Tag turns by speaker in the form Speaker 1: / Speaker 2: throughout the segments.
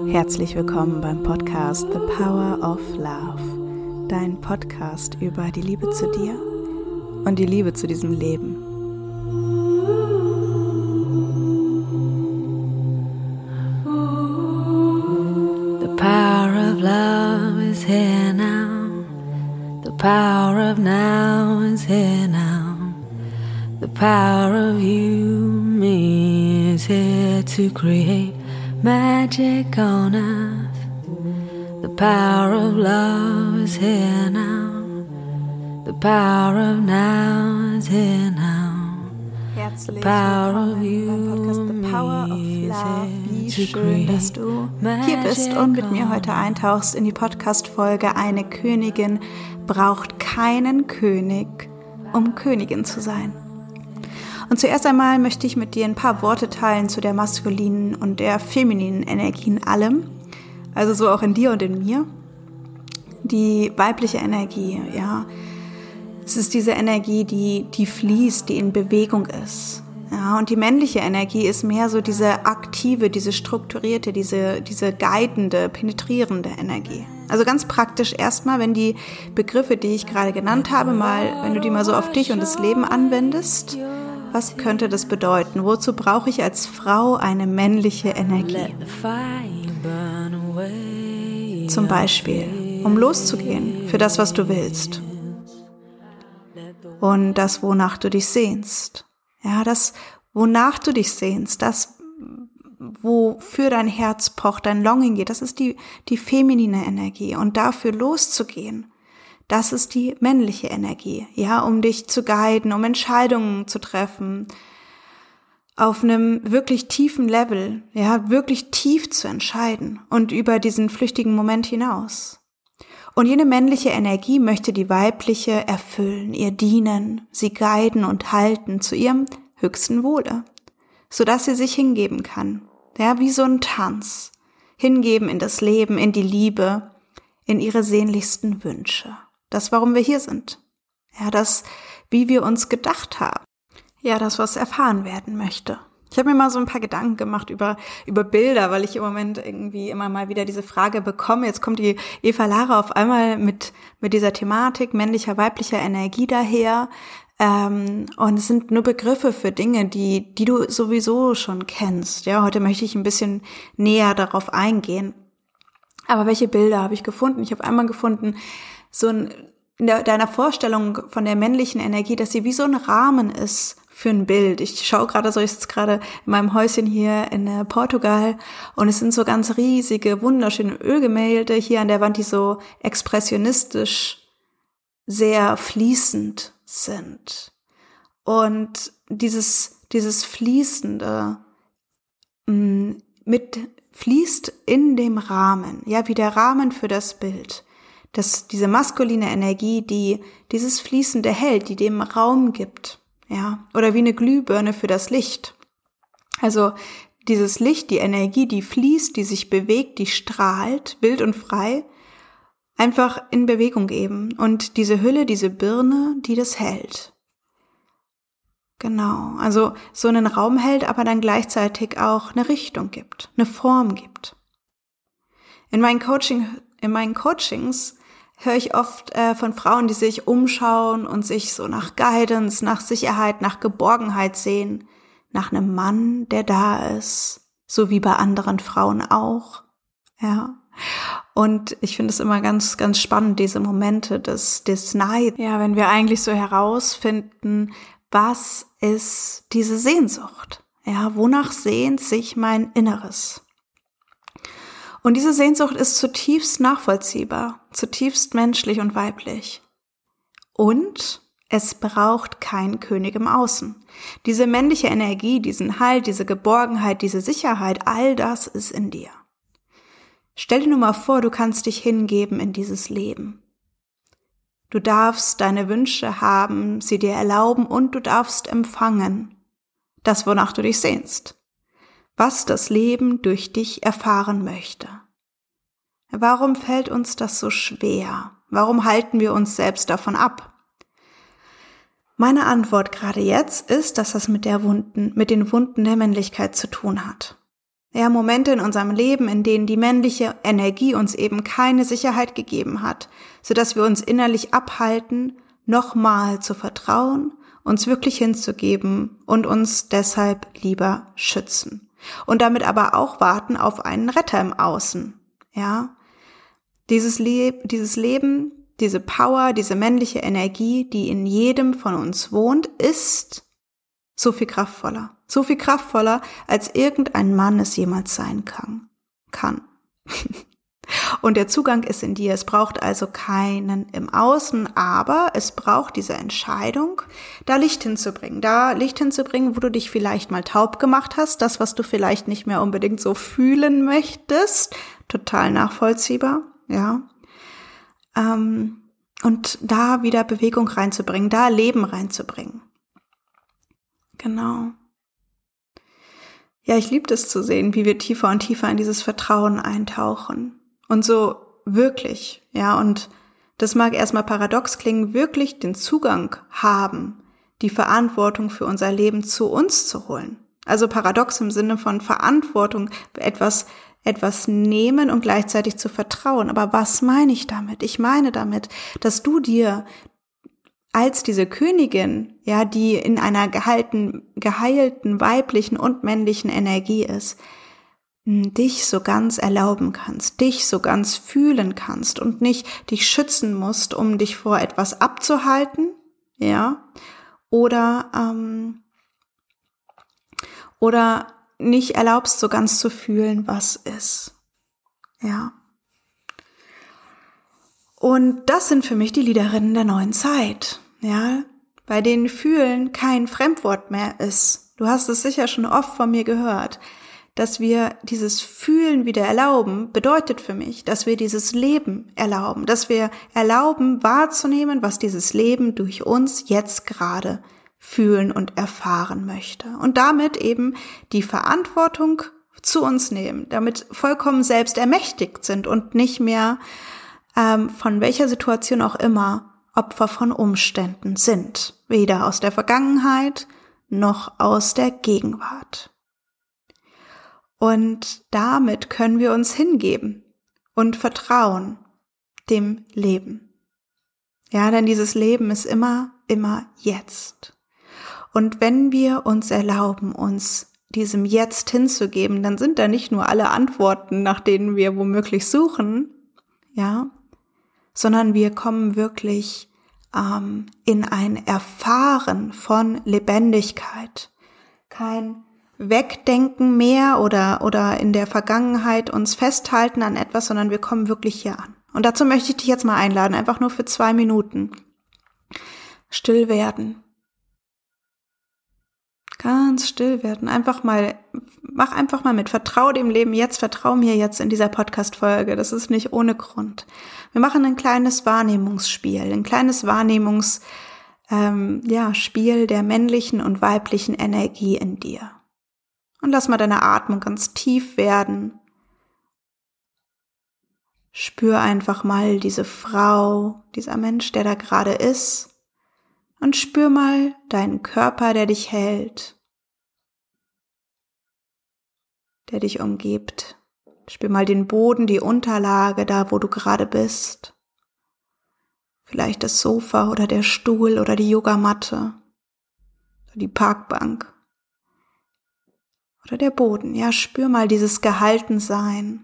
Speaker 1: Herzlich willkommen beim Podcast The Power of Love, dein Podcast über die Liebe zu dir und die Liebe zu diesem Leben.
Speaker 2: The power of love is here now. The power of now is here now. The power of you, me is here to create magic on earth. The power of love is here now. The power of now is here now.
Speaker 1: Herzlich willkommen beim Podcast The Power of Love. Wie schön, dass du hier bist und mit mir heute eintauchst in die Podcast-Folge Eine Königin braucht keinen König, um Königin zu sein. Und zuerst einmal möchte ich mit dir ein paar Worte teilen zu der maskulinen und der femininen Energie in allem, also so auch in dir und in mir. Die weibliche Energie, ja, es ist diese Energie, die fließt, die in Bewegung ist. Ja, und die männliche Energie ist mehr so diese aktive, diese strukturierte, diese guidende, penetrierende Energie. Also ganz praktisch erstmal, wenn die Begriffe, die ich gerade genannt habe, wenn du die mal so auf dich und das Leben anwendest, was könnte das bedeuten? Wozu brauche ich als Frau eine männliche Energie? Zum Beispiel, um loszugehen für das, was du willst. Und das, wonach du dich sehnst. Ja, das, wonach du dich sehnst, das, wofür dein Herz pocht, dein Longing geht, das ist die feminine Energie. Und dafür loszugehen, das ist die männliche Energie, ja, um dich zu guiden, um Entscheidungen zu treffen, auf einem wirklich tiefen Level, ja, wirklich tief zu entscheiden und über diesen flüchtigen Moment hinaus. Und jene männliche Energie möchte die weibliche erfüllen, ihr dienen, sie guiden und halten zu ihrem höchsten Wohle, sodass sie sich hingeben kann, ja, wie so ein Tanz, hingeben in das Leben, in die Liebe, in ihre sehnlichsten Wünsche. Das, warum wir hier sind. Ja, das, wie wir uns gedacht haben. Ja, das, was erfahren werden möchte. Ich habe mir mal so ein paar Gedanken gemacht über Bilder, weil ich im Moment irgendwie immer mal wieder diese Frage bekomme. Jetzt kommt die Eva Lara auf einmal mit dieser Thematik männlicher, weiblicher Energie daher. Und es sind nur Begriffe für Dinge, die du sowieso schon kennst. Ja, heute möchte ich ein bisschen näher darauf eingehen. Aber welche Bilder habe ich gefunden? Ich habe einmal gefunden, so in deiner Vorstellung von der männlichen Energie, dass sie wie so ein Rahmen ist für ein Bild. Ich schaue gerade so, ich sitze gerade in meinem Häuschen hier in Portugal und es sind so ganz riesige, wunderschöne Ölgemälde hier an der Wand, die so expressionistisch sehr fließend sind. Und dieses Fließende fließt in dem Rahmen, ja, wie der Rahmen für das Bild. Diese maskuline Energie, die dieses Fließende hält, die dem Raum gibt, ja, oder wie eine Glühbirne für das Licht. Also dieses Licht, die Energie, die fließt, die sich bewegt, die strahlt, wild und frei, einfach in Bewegung eben. Und diese Hülle, diese Birne, die das hält. Genau, also so einen Raum hält, aber dann gleichzeitig auch eine Richtung gibt, eine Form gibt. In meinen Coachings höre ich oft von Frauen, die sich umschauen und sich so nach Guidance, nach Sicherheit, nach Geborgenheit sehen, nach einem Mann, der da ist, so wie bei anderen Frauen auch, ja. Und ich finde es immer ganz, ganz spannend, diese Momente des Neids, ja, wenn wir eigentlich so herausfinden, was ist diese Sehnsucht, ja, wonach sehnt sich mein Inneres? Und diese Sehnsucht ist zutiefst nachvollziehbar, zutiefst menschlich und weiblich. Und es braucht keinen König im Außen. Diese männliche Energie, diesen Halt, diese Geborgenheit, diese Sicherheit, all das ist in dir. Stell dir nur mal vor, du kannst dich hingeben in dieses Leben. Du darfst deine Wünsche haben, sie dir erlauben und du darfst empfangen, das, wonach du dich sehnst. Was das Leben durch dich erfahren möchte. Warum fällt uns das so schwer? Warum halten wir uns selbst davon ab? Meine Antwort gerade jetzt ist, dass das mit den Wunden der Männlichkeit zu tun hat. Ja, Momente in unserem Leben, in denen die männliche Energie uns eben keine Sicherheit gegeben hat, sodass wir uns innerlich abhalten, nochmal zu vertrauen, uns wirklich hinzugeben und uns deshalb lieber schützen. Und damit aber auch warten auf einen Retter im Außen. Ja, dieses Leben, diese Power, diese männliche Energie, die in jedem von uns wohnt, ist so viel kraftvoller. So viel kraftvoller, als irgendein Mann es jemals sein kann. Und der Zugang ist in dir. Es braucht also keinen im Außen, aber es braucht diese Entscheidung, da Licht hinzubringen. Da Licht hinzubringen, wo du dich vielleicht mal taub gemacht hast. Das, was du vielleicht nicht mehr unbedingt so fühlen möchtest. Total nachvollziehbar, ja. Und da wieder Bewegung reinzubringen, da Leben reinzubringen. Genau. Ja, ich liebe es zu sehen, wie wir tiefer und tiefer in dieses Vertrauen eintauchen. Und so wirklich, ja, und das mag erstmal paradox klingen, wirklich den Zugang haben, die Verantwortung für unser Leben zu uns zu holen. Also paradox im Sinne von Verantwortung, etwas nehmen und gleichzeitig zu vertrauen. Aber was meine ich damit? Ich meine damit, dass du dir als diese Königin, ja, die in einer geheilten weiblichen und männlichen Energie ist, dich so ganz erlauben kannst, dich so ganz fühlen kannst und nicht dich schützen musst, um dich vor etwas abzuhalten, ja, oder nicht erlaubst, so ganz zu fühlen, was ist, ja. Und das sind für mich die Liederinnen der neuen Zeit, ja, bei denen Fühlen kein Fremdwort mehr ist. Du hast es sicher schon oft von mir gehört, dass wir dieses Fühlen wieder erlauben, bedeutet für mich, dass wir dieses Leben erlauben, dass wir erlauben, wahrzunehmen, was dieses Leben durch uns jetzt gerade fühlen und erfahren möchte. Und damit eben die Verantwortung zu uns nehmen, damit vollkommen selbst ermächtigt sind und nicht mehr von welcher Situation auch immer Opfer von Umständen sind. Weder aus der Vergangenheit noch aus der Gegenwart. Und damit können wir uns hingeben und vertrauen dem Leben. Ja, denn dieses Leben ist immer jetzt. Und wenn wir uns erlauben, uns diesem Jetzt hinzugeben, dann sind da nicht nur alle Antworten, nach denen wir womöglich suchen, ja, sondern wir kommen wirklich in ein Erfahren von Lebendigkeit. Kein Wegdenken mehr oder in der Vergangenheit uns festhalten an etwas, sondern wir kommen wirklich hier an. Und dazu möchte ich dich jetzt mal einladen, einfach nur für 2 Minuten. Still werden. Ganz still werden. Mach einfach mal mit. Vertrau dem Leben jetzt, vertrau mir jetzt in dieser Podcast-Folge. Das ist nicht ohne Grund. Wir machen ein kleines Wahrnehmungsspiel, ein kleines Spiel der männlichen und weiblichen Energie in dir. Und lass mal deine Atmung ganz tief werden. Spür einfach mal diese Frau, dieser Mensch, der da gerade ist. Und spür mal deinen Körper, der dich hält, der dich umgibt. Spür mal den Boden, die Unterlage, da wo du gerade bist. Vielleicht das Sofa oder der Stuhl oder die Yogamatte oder die Parkbank oder der Boden. Ja, spür mal dieses Gehaltensein.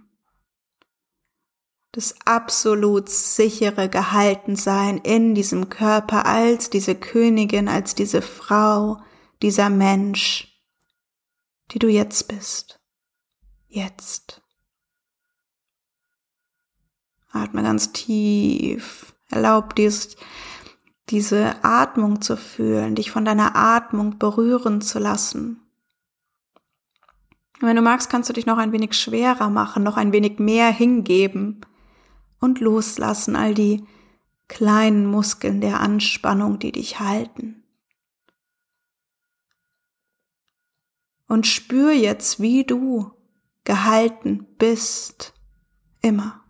Speaker 1: Das absolut sichere Gehaltensein in diesem Körper als diese Königin, als diese Frau, dieser Mensch, die du jetzt bist. Jetzt. Atme ganz tief. Erlaub dir, diese Atmung zu fühlen, dich von deiner Atmung berühren zu lassen. Und wenn du magst, kannst du dich noch ein wenig schwerer machen, noch ein wenig mehr hingeben. Und loslassen all die kleinen Muskeln der Anspannung, die dich halten. Und spür jetzt, wie du gehalten bist, immer.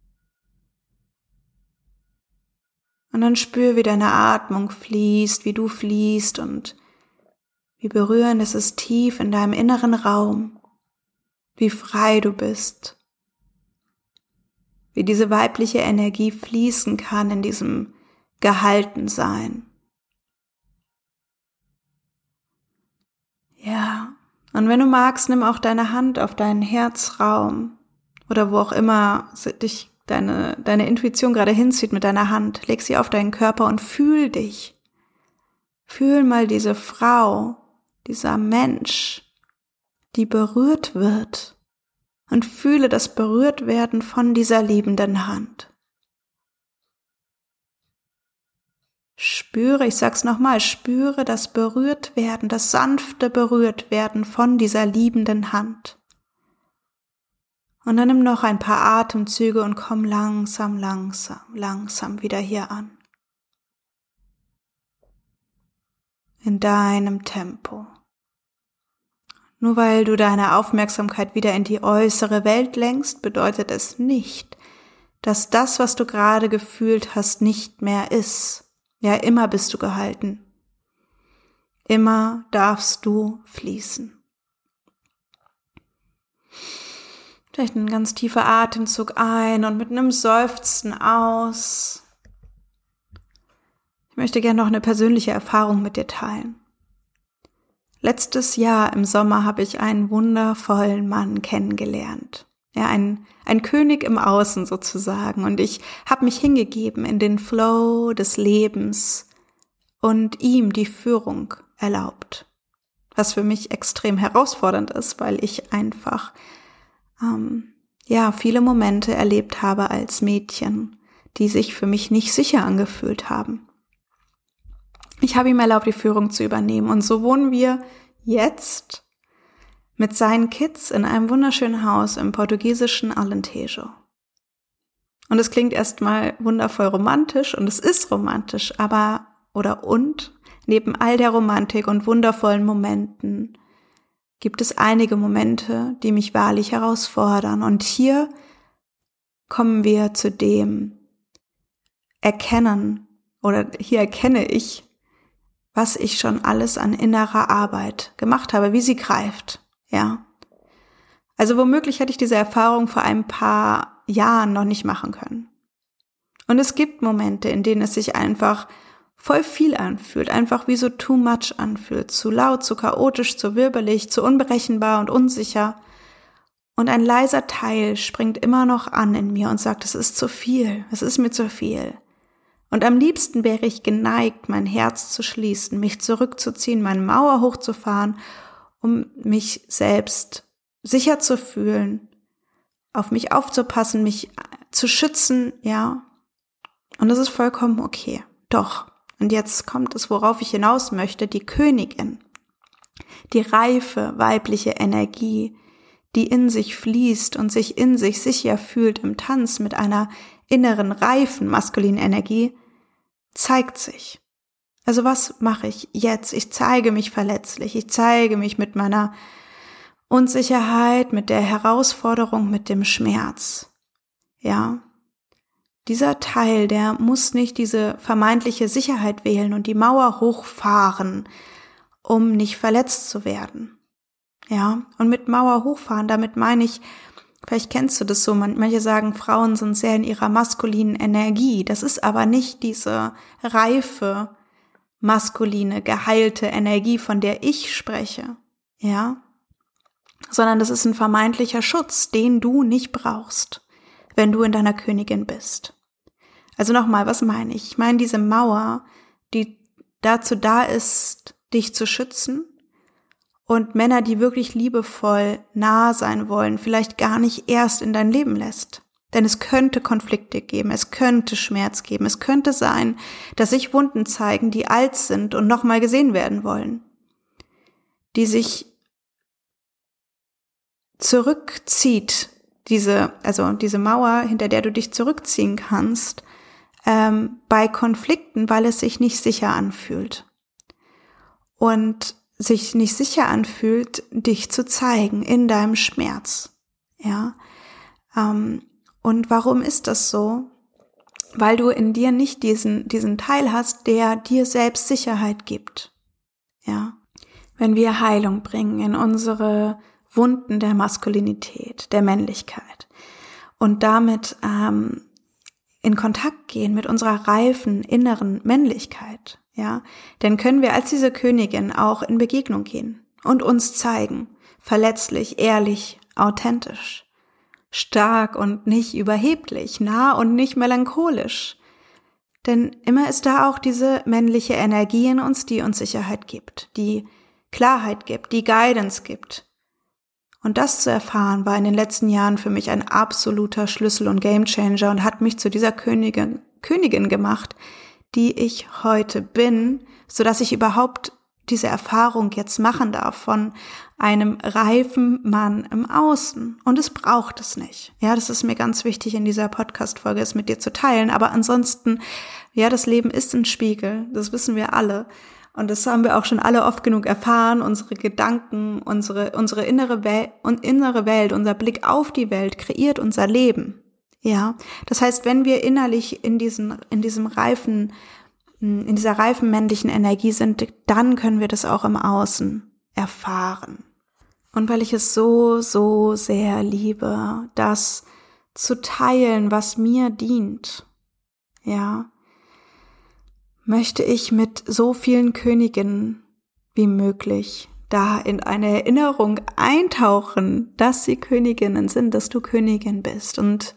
Speaker 1: Und dann spür, wie deine Atmung fließt, wie du fließt und wie berührend es ist tief in deinem inneren Raum. wie frei du bist, wie diese weibliche Energie fließen kann in diesem Gehaltensein. Ja, und wenn du magst, nimm auch deine Hand auf deinen Herzraum oder wo auch immer dich deine Intuition gerade hinzieht mit deiner Hand. Leg sie auf deinen Körper und fühl dich. Fühl mal diese Frau, dieser Mensch, die berührt wird. Und fühle das Berührtwerden von dieser liebenden Hand. Spüre, ich sag's nochmal, spüre das Berührtwerden, das sanfte Berührtwerden von dieser liebenden Hand. Und dann nimm noch ein paar Atemzüge und komm langsam wieder hier an. In deinem Tempo. Nur weil du deine Aufmerksamkeit wieder in die äußere Welt lenkst, bedeutet es nicht, dass das, was du gerade gefühlt hast, nicht mehr ist. Ja, immer bist du gehalten. Immer darfst du fließen. Vielleicht ein ganz tiefer Atemzug ein und mit einem Seufzen aus. Ich möchte gerne noch eine persönliche Erfahrung mit dir teilen. Letztes Jahr im Sommer habe ich einen wundervollen Mann kennengelernt. Ja, ein König im Außen sozusagen. Und ich habe mich hingegeben in den Flow des Lebens und ihm die Führung erlaubt. Was für mich extrem herausfordernd ist, weil ich einfach viele Momente erlebt habe als Mädchen, die sich für mich nicht sicher angefühlt haben. Ich habe ihm erlaubt, die Führung zu übernehmen. Und so wohnen wir jetzt mit seinen Kids in einem wunderschönen Haus im portugiesischen Alentejo. Und es klingt erstmal wundervoll romantisch und es ist romantisch, und neben all der Romantik und wundervollen Momenten gibt es einige Momente, die mich wahrlich herausfordern. Und hier kommen wir zu dem Erkennen, oder hier erkenne ich, was ich schon alles an innerer Arbeit gemacht habe, wie sie greift, ja. Also womöglich hätte ich diese Erfahrung vor ein paar Jahren noch nicht machen können. Und es gibt Momente, in denen es sich einfach voll viel anfühlt, einfach wie so too much anfühlt, zu laut, zu chaotisch, zu wirbelig, zu unberechenbar und unsicher. Und ein leiser Teil springt immer noch an in mir und sagt, es ist zu viel, es ist mir zu viel. Und am liebsten wäre ich geneigt, mein Herz zu schließen, mich zurückzuziehen, meine Mauer hochzufahren, um mich selbst sicher zu fühlen, auf mich aufzupassen, mich zu schützen, ja. Und das ist vollkommen okay. Doch, und jetzt kommt es, worauf ich hinaus möchte, die Königin, die reife weibliche Energie, die in sich fließt und sich in sich sicher fühlt im Tanz mit einer inneren, reifen maskulinen Energie, zeigt sich. Also was mache ich jetzt? Ich zeige mich verletzlich, ich zeige mich mit meiner Unsicherheit, mit der Herausforderung, mit dem Schmerz. Ja, dieser Teil, der muss nicht diese vermeintliche Sicherheit wählen und die Mauer hochfahren, um nicht verletzt zu werden. Ja, und mit Mauer hochfahren, damit meine ich, vielleicht kennst du das so, manche sagen, Frauen sind sehr in ihrer maskulinen Energie. Das ist aber nicht diese reife, maskuline, geheilte Energie, von der ich spreche, ja, sondern das ist ein vermeintlicher Schutz, den du nicht brauchst, wenn du in deiner Königin bist. Also nochmal, was meine ich? Ich meine diese Mauer, die dazu da ist, dich zu schützen, und Männer, die wirklich liebevoll nah sein wollen, vielleicht gar nicht erst in dein Leben lässt. Denn es könnte Konflikte geben, es könnte Schmerz geben, es könnte sein, dass sich Wunden zeigen, die alt sind und nochmal gesehen werden wollen. Die sich zurückzieht, diese Mauer, hinter der du dich zurückziehen kannst, bei Konflikten, weil es sich nicht sicher anfühlt. Und sich nicht sicher anfühlt, dich zu zeigen in deinem Schmerz. Ja. Und warum ist das so? Weil du in dir nicht diesen Teil hast, der dir selbst Sicherheit gibt. Ja. Wenn wir Heilung bringen in unsere Wunden der Maskulinität, der Männlichkeit und damit in Kontakt gehen mit unserer reifen inneren Männlichkeit, ja, dann können wir als diese Königin auch in Begegnung gehen und uns zeigen, verletzlich, ehrlich, authentisch, stark und nicht überheblich, nah und nicht melancholisch. Denn immer ist da auch diese männliche Energie in uns, die uns Sicherheit gibt, die Klarheit gibt, die Guidance gibt. Und das zu erfahren, war in den letzten Jahren für mich ein absoluter Schlüssel und Gamechanger und hat mich zu dieser Königin gemacht, die ich heute bin, sodass ich überhaupt diese Erfahrung jetzt machen darf von einem reifen Mann im Außen. Und es braucht es nicht. Ja, das ist mir ganz wichtig in dieser Podcast-Folge, es mit dir zu teilen. Aber ansonsten, ja, das Leben ist ein Spiegel. Das wissen wir alle. Und das haben wir auch schon alle oft genug erfahren. Unsere Gedanken, unsere innere Welt, unser Blick auf die Welt kreiert unser Leben. Ja, das heißt, wenn wir innerlich in dieser reifen männlichen Energie sind, dann können wir das auch im Außen erfahren. Und weil ich es so, so sehr liebe, das zu teilen, was mir dient, ja, möchte ich mit so vielen Königinnen wie möglich da in eine Erinnerung eintauchen, dass sie Königinnen sind, dass du Königin bist und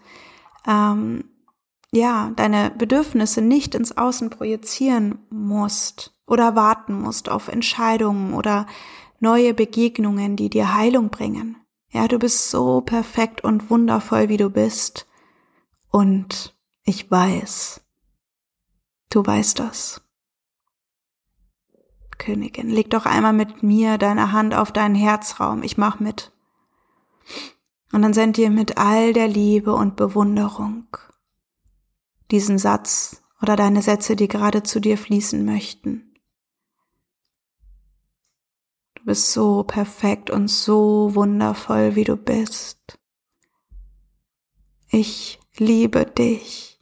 Speaker 1: deine Bedürfnisse nicht ins Außen projizieren musst oder warten musst auf Entscheidungen oder neue Begegnungen, die dir Heilung bringen. Ja, du bist so perfekt und wundervoll, wie du bist. Und ich weiß, du weißt das. Königin, leg doch einmal mit mir deine Hand auf deinen Herzraum. Ich mach mit. Und dann send dir mit all der Liebe und Bewunderung diesen Satz oder deine Sätze, die gerade zu dir fließen möchten. Du bist so perfekt und so wundervoll, wie du bist. Ich liebe dich.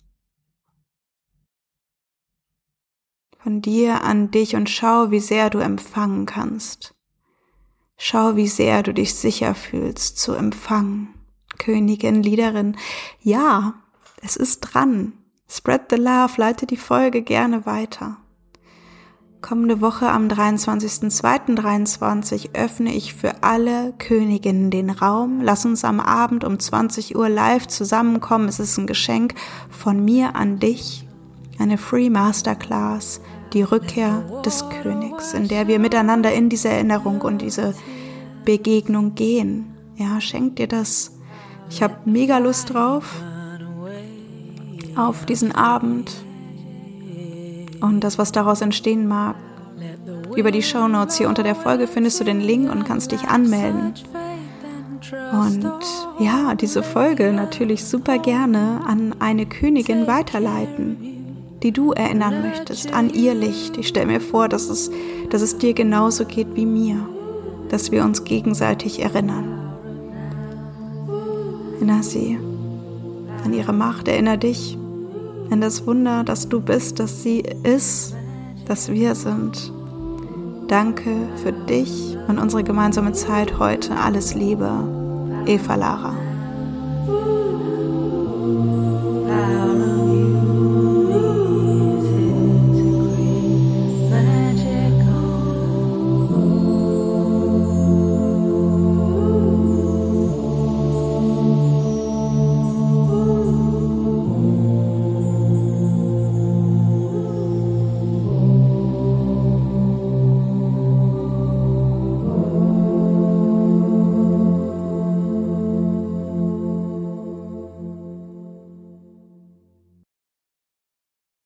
Speaker 1: Von dir an dich und schau, wie sehr du empfangen kannst. Schau, wie sehr du dich sicher fühlst zu empfangen. Königin, Leaderin, ja, es ist dran. Spread the love, leite die Folge gerne weiter. Kommende Woche am 23.02.23 öffne ich für alle Königinnen den Raum. Lass uns am Abend um 20 Uhr live zusammenkommen. Es ist ein Geschenk von mir an dich. Eine Free Masterclass, die Rückkehr des Königs, in der wir miteinander in diese Erinnerung und diese Begegnung gehen. Ja, schenk dir das. Ich habe mega Lust drauf, auf diesen Abend und das, was daraus entstehen mag. Über die Shownotes hier unter der Folge findest du den Link und kannst dich anmelden. Und ja, diese Folge natürlich super gerne an eine Königin weiterleiten, die du erinnern möchtest, an ihr Licht. Ich stelle mir vor, dass es dir genauso geht wie mir, dass wir uns gegenseitig erinnern. Erinnere sie an ihre Macht, erinnere dich an das Wunder, dass du bist, dass sie ist, dass wir sind. Danke für dich und unsere gemeinsame Zeit heute. Alles Liebe, Eva Lara.